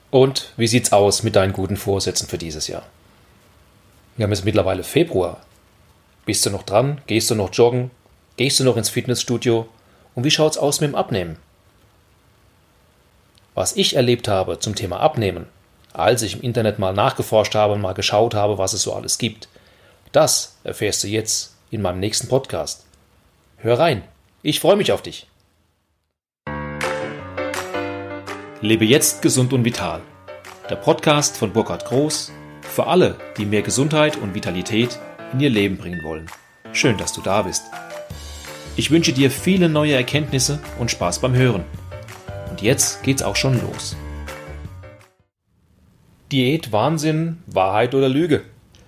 Und wie sieht's aus mit deinen guten Vorsätzen für dieses Jahr? Wir haben jetzt mittlerweile Februar. Bist du noch dran? Gehst du noch joggen? Gehst du noch ins Fitnessstudio? Und wie schaut's aus mit dem Abnehmen? Was ich erlebt habe zum Thema Abnehmen, als ich im Internet mal nachgeforscht habe und mal geschaut habe, was es so alles gibt, das erfährst du jetzt in meinem nächsten Podcast. Hör rein. Ich freue mich auf dich. Lebe jetzt gesund und vital. Der Podcast von Burkhard Groß für alle, die mehr Gesundheit und Vitalität in ihr Leben bringen wollen. Schön, dass du da bist. Ich wünsche dir viele neue Erkenntnisse und Spaß beim Hören. Und jetzt geht's auch schon los. Diät, Wahnsinn, Wahrheit oder Lüge?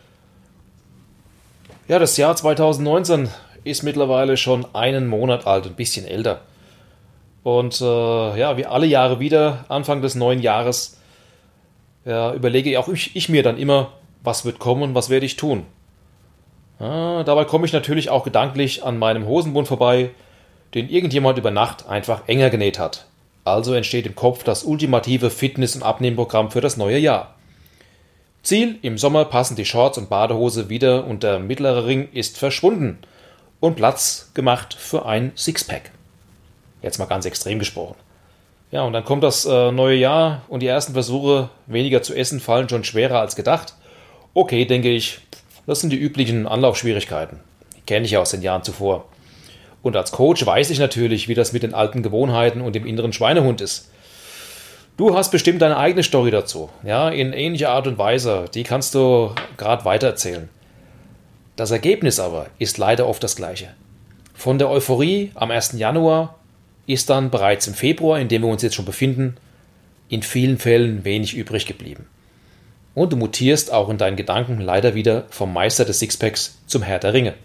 Ja, das Jahr 2019 ist mittlerweile schon einen Monat alt, ein bisschen älter. Und wie alle Jahre wieder, Anfang des neuen Jahres, überlege auch ich mir dann immer, was wird kommen, was werde ich tun. Dabei komme ich natürlich auch gedanklich an meinem Hosenbund vorbei, den irgendjemand über Nacht einfach enger genäht hat. Also entsteht im Kopf das ultimative Fitness- und Abnehmprogramm für das neue Jahr. Ziel: im Sommer passen die Shorts und Badehose wieder und der mittlere Ring ist verschwunden und Platz gemacht für ein Sixpack. Jetzt mal ganz extrem gesprochen. Ja, und dann kommt das neue Jahr und die ersten Versuche, weniger zu essen, fallen schon schwerer als gedacht. Okay, denke ich, das sind die üblichen Anlaufschwierigkeiten. Die kenne ich ja aus den Jahren zuvor. Und als Coach weiß ich natürlich, wie das mit den alten Gewohnheiten und dem inneren Schweinehund ist. Du hast bestimmt deine eigene Story dazu. Ja, in ähnlicher Art und Weise. Die kannst du gerade weitererzählen. Das Ergebnis aber ist leider oft das gleiche. Von der Euphorie am 1. Januar ist dann bereits im Februar, in dem wir uns jetzt schon befinden, in vielen Fällen wenig übrig geblieben. Und du mutierst auch in deinen Gedanken leider wieder vom Meister des Sixpacks zum Herr der Ringe.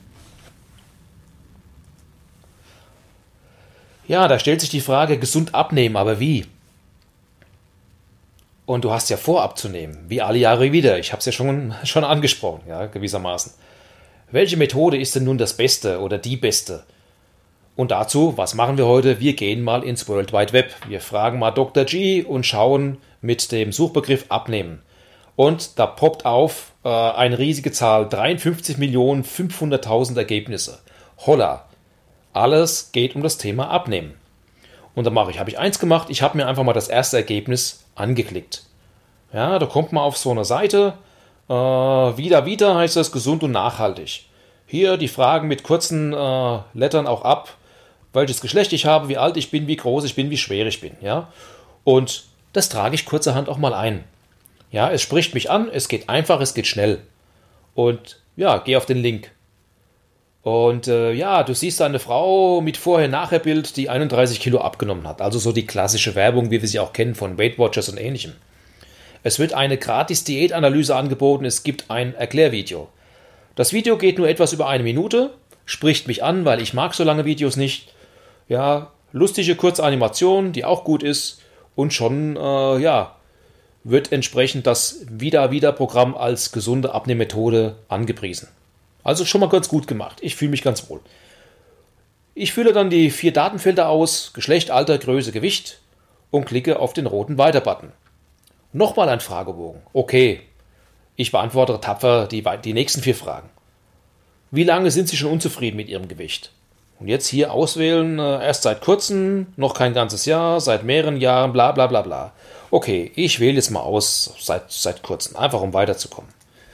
Ja, da stellt sich die Frage, gesund abnehmen, aber wie? Und du hast ja vor abzunehmen, wie alle Jahre wieder. Ich habe es ja schon angesprochen, ja, gewissermaßen. Welche Methode ist denn nun das Beste oder die beste? Und dazu, was machen wir heute? Wir gehen mal ins World Wide Web. Wir fragen mal Dr. G und schauen mit dem Suchbegriff Abnehmen. Und da poppt auf eine riesige Zahl, 53.500.000 Ergebnisse. Holla! Alles geht um das Thema Abnehmen. Und dann habe ich eins gemacht, ich habe mir einfach mal das erste Ergebnis angeklickt. Ja, da kommt man auf so eine Seite, wieder heißt das, gesund und nachhaltig. Hier die Fragen mit kurzen Lettern auch ab, welches Geschlecht ich habe, wie alt ich bin, wie groß ich bin, wie schwer ich bin. Ja? Und das trage ich kurzerhand auch mal ein. Ja, es spricht mich an, es geht einfach, es geht schnell. Und ja, geh auf den Link. Und du siehst da eine Frau mit Vorher-Nachher-Bild, die 31 Kilo abgenommen hat. Also so die klassische Werbung, wie wir sie auch kennen von Weight Watchers und ähnlichem. Es wird eine gratis Diätanalyse angeboten, es gibt ein Erklärvideo. Das Video geht nur etwas über 1 Minute, spricht mich an, weil ich mag so lange Videos nicht. Ja, lustige kurze Animation, die auch gut ist. Und schon, wird entsprechend das Wieder-Programm als gesunde Abnehmmethode angepriesen. Also schon mal ganz gut gemacht. Ich fühle mich ganz wohl. Ich fülle dann die 4 Datenfelder aus, Geschlecht, Alter, Größe, Gewicht und klicke auf den roten Weiter-Button. Nochmal ein Fragebogen. Okay, ich beantworte tapfer die nächsten 4 Fragen. Wie lange sind Sie schon unzufrieden mit Ihrem Gewicht? Und jetzt hier auswählen, erst seit kurzem, noch kein ganzes Jahr, seit mehreren Jahren, bla bla bla bla. Okay, ich wähle jetzt mal aus, seit kurzem, einfach um weiterzukommen.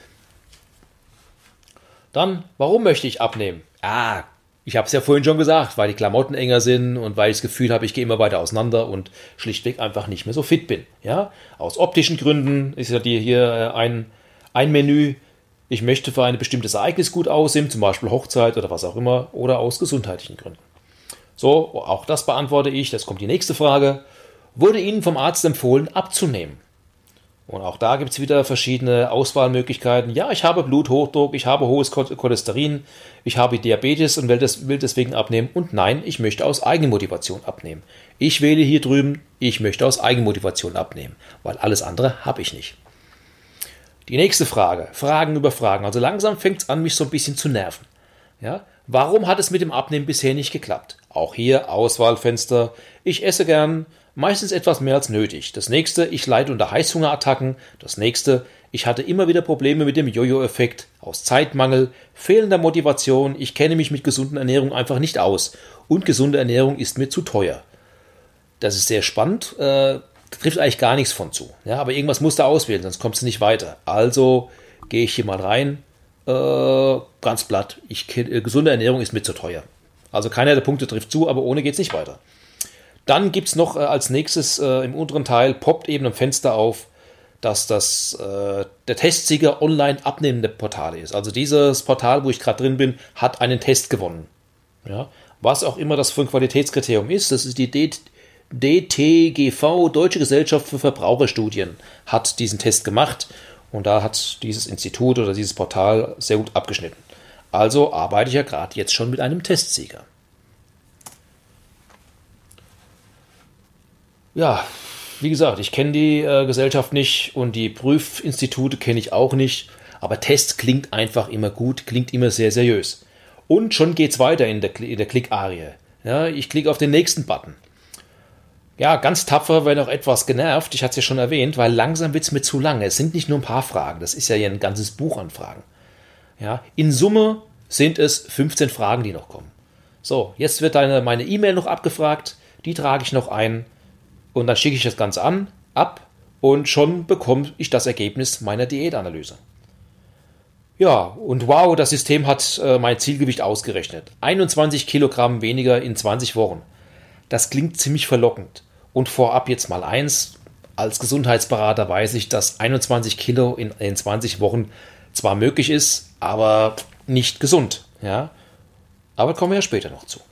Dann, warum möchte ich abnehmen? Ich habe es ja vorhin schon gesagt, weil die Klamotten enger sind und weil ich das Gefühl habe, ich gehe immer weiter auseinander und schlichtweg einfach nicht mehr so fit bin. Ja? Aus optischen Gründen ist ja hier ein Menü. Ich möchte für ein bestimmtes Ereignis gut aussehen, zum Beispiel Hochzeit oder was auch immer, oder aus gesundheitlichen Gründen. So, auch das beantworte ich. Jetzt kommt die nächste Frage. Wurde Ihnen vom Arzt empfohlen, abzunehmen? Und auch da gibt es wieder verschiedene Auswahlmöglichkeiten. Ja, ich habe Bluthochdruck, ich habe hohes Cholesterin, ich habe Diabetes und will deswegen abnehmen. Und nein, ich möchte aus Eigenmotivation abnehmen. Ich wähle hier drüben, ich möchte aus Eigenmotivation abnehmen, weil alles andere habe ich nicht. Die nächste Frage, Fragen über Fragen. Also langsam fängt es an, mich so ein bisschen zu nerven. Ja? Warum hat es mit dem Abnehmen bisher nicht geklappt? Auch hier Auswahlfenster. Ich esse gern, meistens etwas mehr als nötig. Das nächste, ich leide unter Heißhungerattacken. Das nächste, ich hatte immer wieder Probleme mit dem Jojo-Effekt aus Zeitmangel, fehlender Motivation. Ich kenne mich mit gesunder Ernährung einfach nicht aus. Und gesunde Ernährung ist mir zu teuer. Das ist sehr spannend. Trifft eigentlich gar nichts von zu. Ja, aber irgendwas musst du auswählen, sonst kommst du nicht weiter. Also gehe ich hier mal rein. Ganz platt. Gesunde Ernährung ist mir zu teuer. Also keiner der Punkte trifft zu, aber ohne geht es nicht weiter. Dann gibt es noch als nächstes im unteren Teil, poppt eben ein Fenster auf, dass das der Testsieger online abnehmende Portal ist. Also dieses Portal, wo ich gerade drin bin, hat einen Test gewonnen. Ja? Was auch immer das für ein Qualitätskriterium ist, das ist die DTGV, Deutsche Gesellschaft für Verbraucherstudien, hat diesen Test gemacht und da hat dieses Institut oder dieses Portal sehr gut abgeschnitten. Also arbeite ich ja gerade jetzt schon mit einem Testsieger. Ja, wie gesagt, ich kenne die Gesellschaft nicht und die Prüfinstitute kenne ich auch nicht, aber Test klingt einfach immer gut, klingt immer sehr seriös. Und schon geht es weiter in der Klick-Arie. Ja, ich klicke auf den nächsten Button. Ja, ganz tapfer, wenn auch etwas genervt, ich hatte es ja schon erwähnt, weil langsam wird es mir zu lang. Es sind nicht nur ein paar Fragen, das ist ja hier ein ganzes Buch an Fragen. Ja, in Summe sind es 15 Fragen, die noch kommen. So, jetzt wird meine E-Mail noch abgefragt, die trage ich noch ein und dann schicke ich das Ganze ab und schon bekomme ich das Ergebnis meiner Diätanalyse. Ja, und wow, das System hat mein Zielgewicht ausgerechnet. 21 Kilogramm weniger in 20 Wochen. Das klingt ziemlich verlockend. Und vorab jetzt mal eins, als Gesundheitsberater weiß ich, dass 21 Kilo in 20 Wochen zwar möglich ist, aber nicht gesund. Ja? Aber kommen wir ja später noch zu.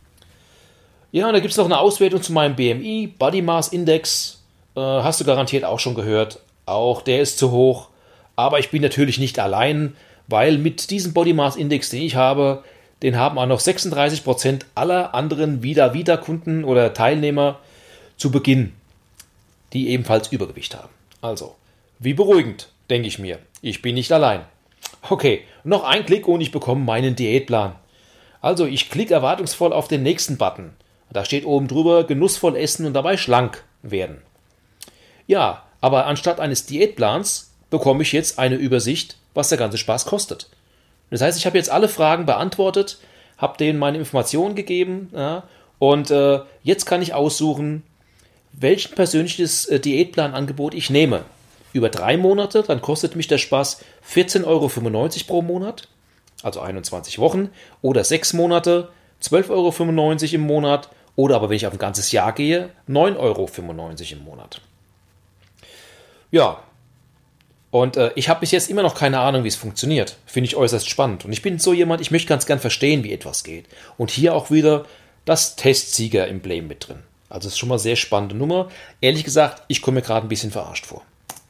Ja, und da gibt es noch eine Auswertung zu meinem BMI, Body Mass Index. Hast du garantiert auch schon gehört. Auch der ist zu hoch. Aber ich bin natürlich nicht allein, weil mit diesem Body Mass Index, den ich habe, den haben auch noch 36% aller anderen Kunden oder Teilnehmer zu Beginn, die ebenfalls Übergewicht haben. Also, wie beruhigend, denke ich mir. Ich bin nicht allein. Okay, noch ein Klick und ich bekomme meinen Diätplan. Also, ich klicke erwartungsvoll auf den nächsten Button. Da steht oben drüber, genussvoll essen und dabei schlank werden. Ja, aber anstatt eines Diätplans bekomme ich jetzt eine Übersicht, was der ganze Spaß kostet. Das heißt, ich habe jetzt alle Fragen beantwortet, habe denen meine Informationen gegeben, ja, und jetzt kann ich aussuchen, welchen persönliches Diätplanangebot ich nehme. Über 3 Monate, dann kostet mich der Spaß 14,95 € pro Monat, also 21 Wochen, oder 6 Monate, 12,95 € im Monat, oder aber wenn ich auf ein ganzes Jahr gehe, 9,95 € im Monat. Ja, und ich habe bis jetzt immer noch keine Ahnung, wie es funktioniert. Finde ich äußerst spannend. Und ich bin so jemand, ich möchte ganz gern verstehen, wie etwas geht. Und hier auch wieder das Testsieger-Emblem mit drin. Also es ist schon mal eine sehr spannende Nummer. Ehrlich gesagt, ich komme mir gerade ein bisschen verarscht vor.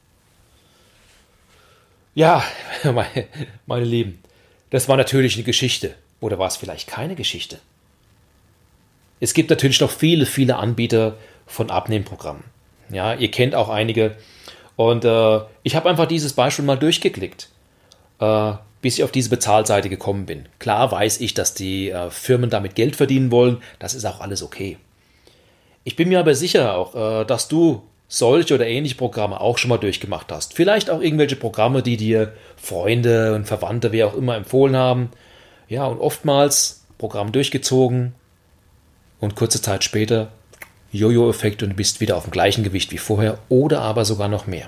Ja, meine Lieben, das war natürlich eine Geschichte. Oder war es vielleicht keine Geschichte? Es gibt natürlich noch viele, viele Anbieter von Abnehmprogrammen. Ja, ihr kennt auch einige. Und ich habe einfach dieses Beispiel mal durchgeklickt, bis ich auf diese Bezahlseite gekommen bin. Klar weiß ich, dass die Firmen damit Geld verdienen wollen. Das ist auch alles okay. Ich bin mir aber sicher auch, dass du solche oder ähnliche Programme auch schon mal durchgemacht hast. Vielleicht auch irgendwelche Programme, die dir Freunde und Verwandte, wer auch immer, empfohlen haben. Ja, und oftmals Programm durchgezogen und kurze Zeit später Jojo-Effekt und du bist wieder auf dem gleichen Gewicht wie vorher oder aber sogar noch mehr.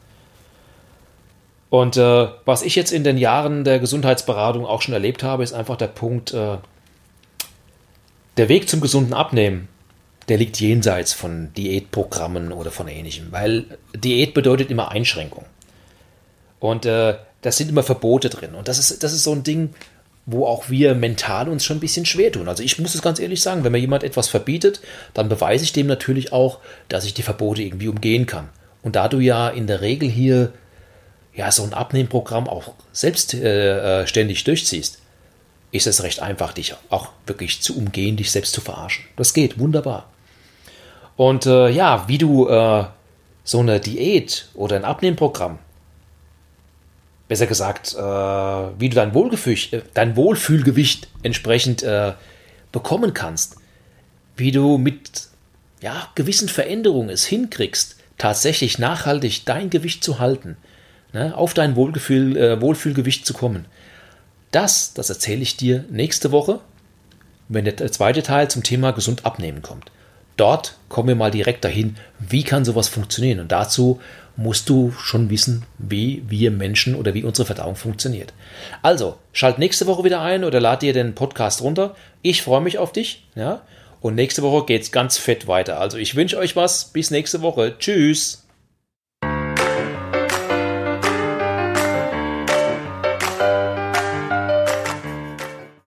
Und was ich jetzt in den Jahren der Gesundheitsberatung auch schon erlebt habe, ist einfach der Punkt, der Weg zum gesunden Abnehmen, der liegt jenseits von Diätprogrammen oder von Ähnlichem, weil Diät bedeutet immer Einschränkung. Und da sind immer Verbote drin. Und das ist so ein Ding, wo auch wir mental uns schon ein bisschen schwer tun. Also ich muss es ganz ehrlich sagen, wenn mir jemand etwas verbietet, dann beweise ich dem natürlich auch, dass ich die Verbote irgendwie umgehen kann. Und da du ja in der Regel hier ja so ein Abnehmprogramm auch selbstständig durchziehst, ist es recht einfach, dich auch wirklich zu umgehen, dich selbst zu verarschen. Das geht wunderbar. Und ja, wie du so eine Diät oder ein Abnehmprogramm, besser gesagt, wie du dein Wohlfühlgewicht entsprechend bekommen kannst, wie du mit gewissen Veränderungen es hinkriegst, tatsächlich nachhaltig dein Gewicht zu halten, ne, auf dein Wohlfühlgewicht zu kommen, das erzähle ich dir nächste Woche, wenn der zweite Teil zum Thema gesund abnehmen kommt. Dort kommen wir mal direkt dahin, wie kann sowas funktionieren. Und dazu musst du schon wissen, wie wir Menschen oder wie unsere Verdauung funktioniert. Also, schalt nächste Woche wieder ein oder lad dir den Podcast runter. Ich freue mich auf dich. Ja? Und nächste Woche geht's ganz fett weiter. Also ich wünsche euch was. Bis nächste Woche. Tschüss.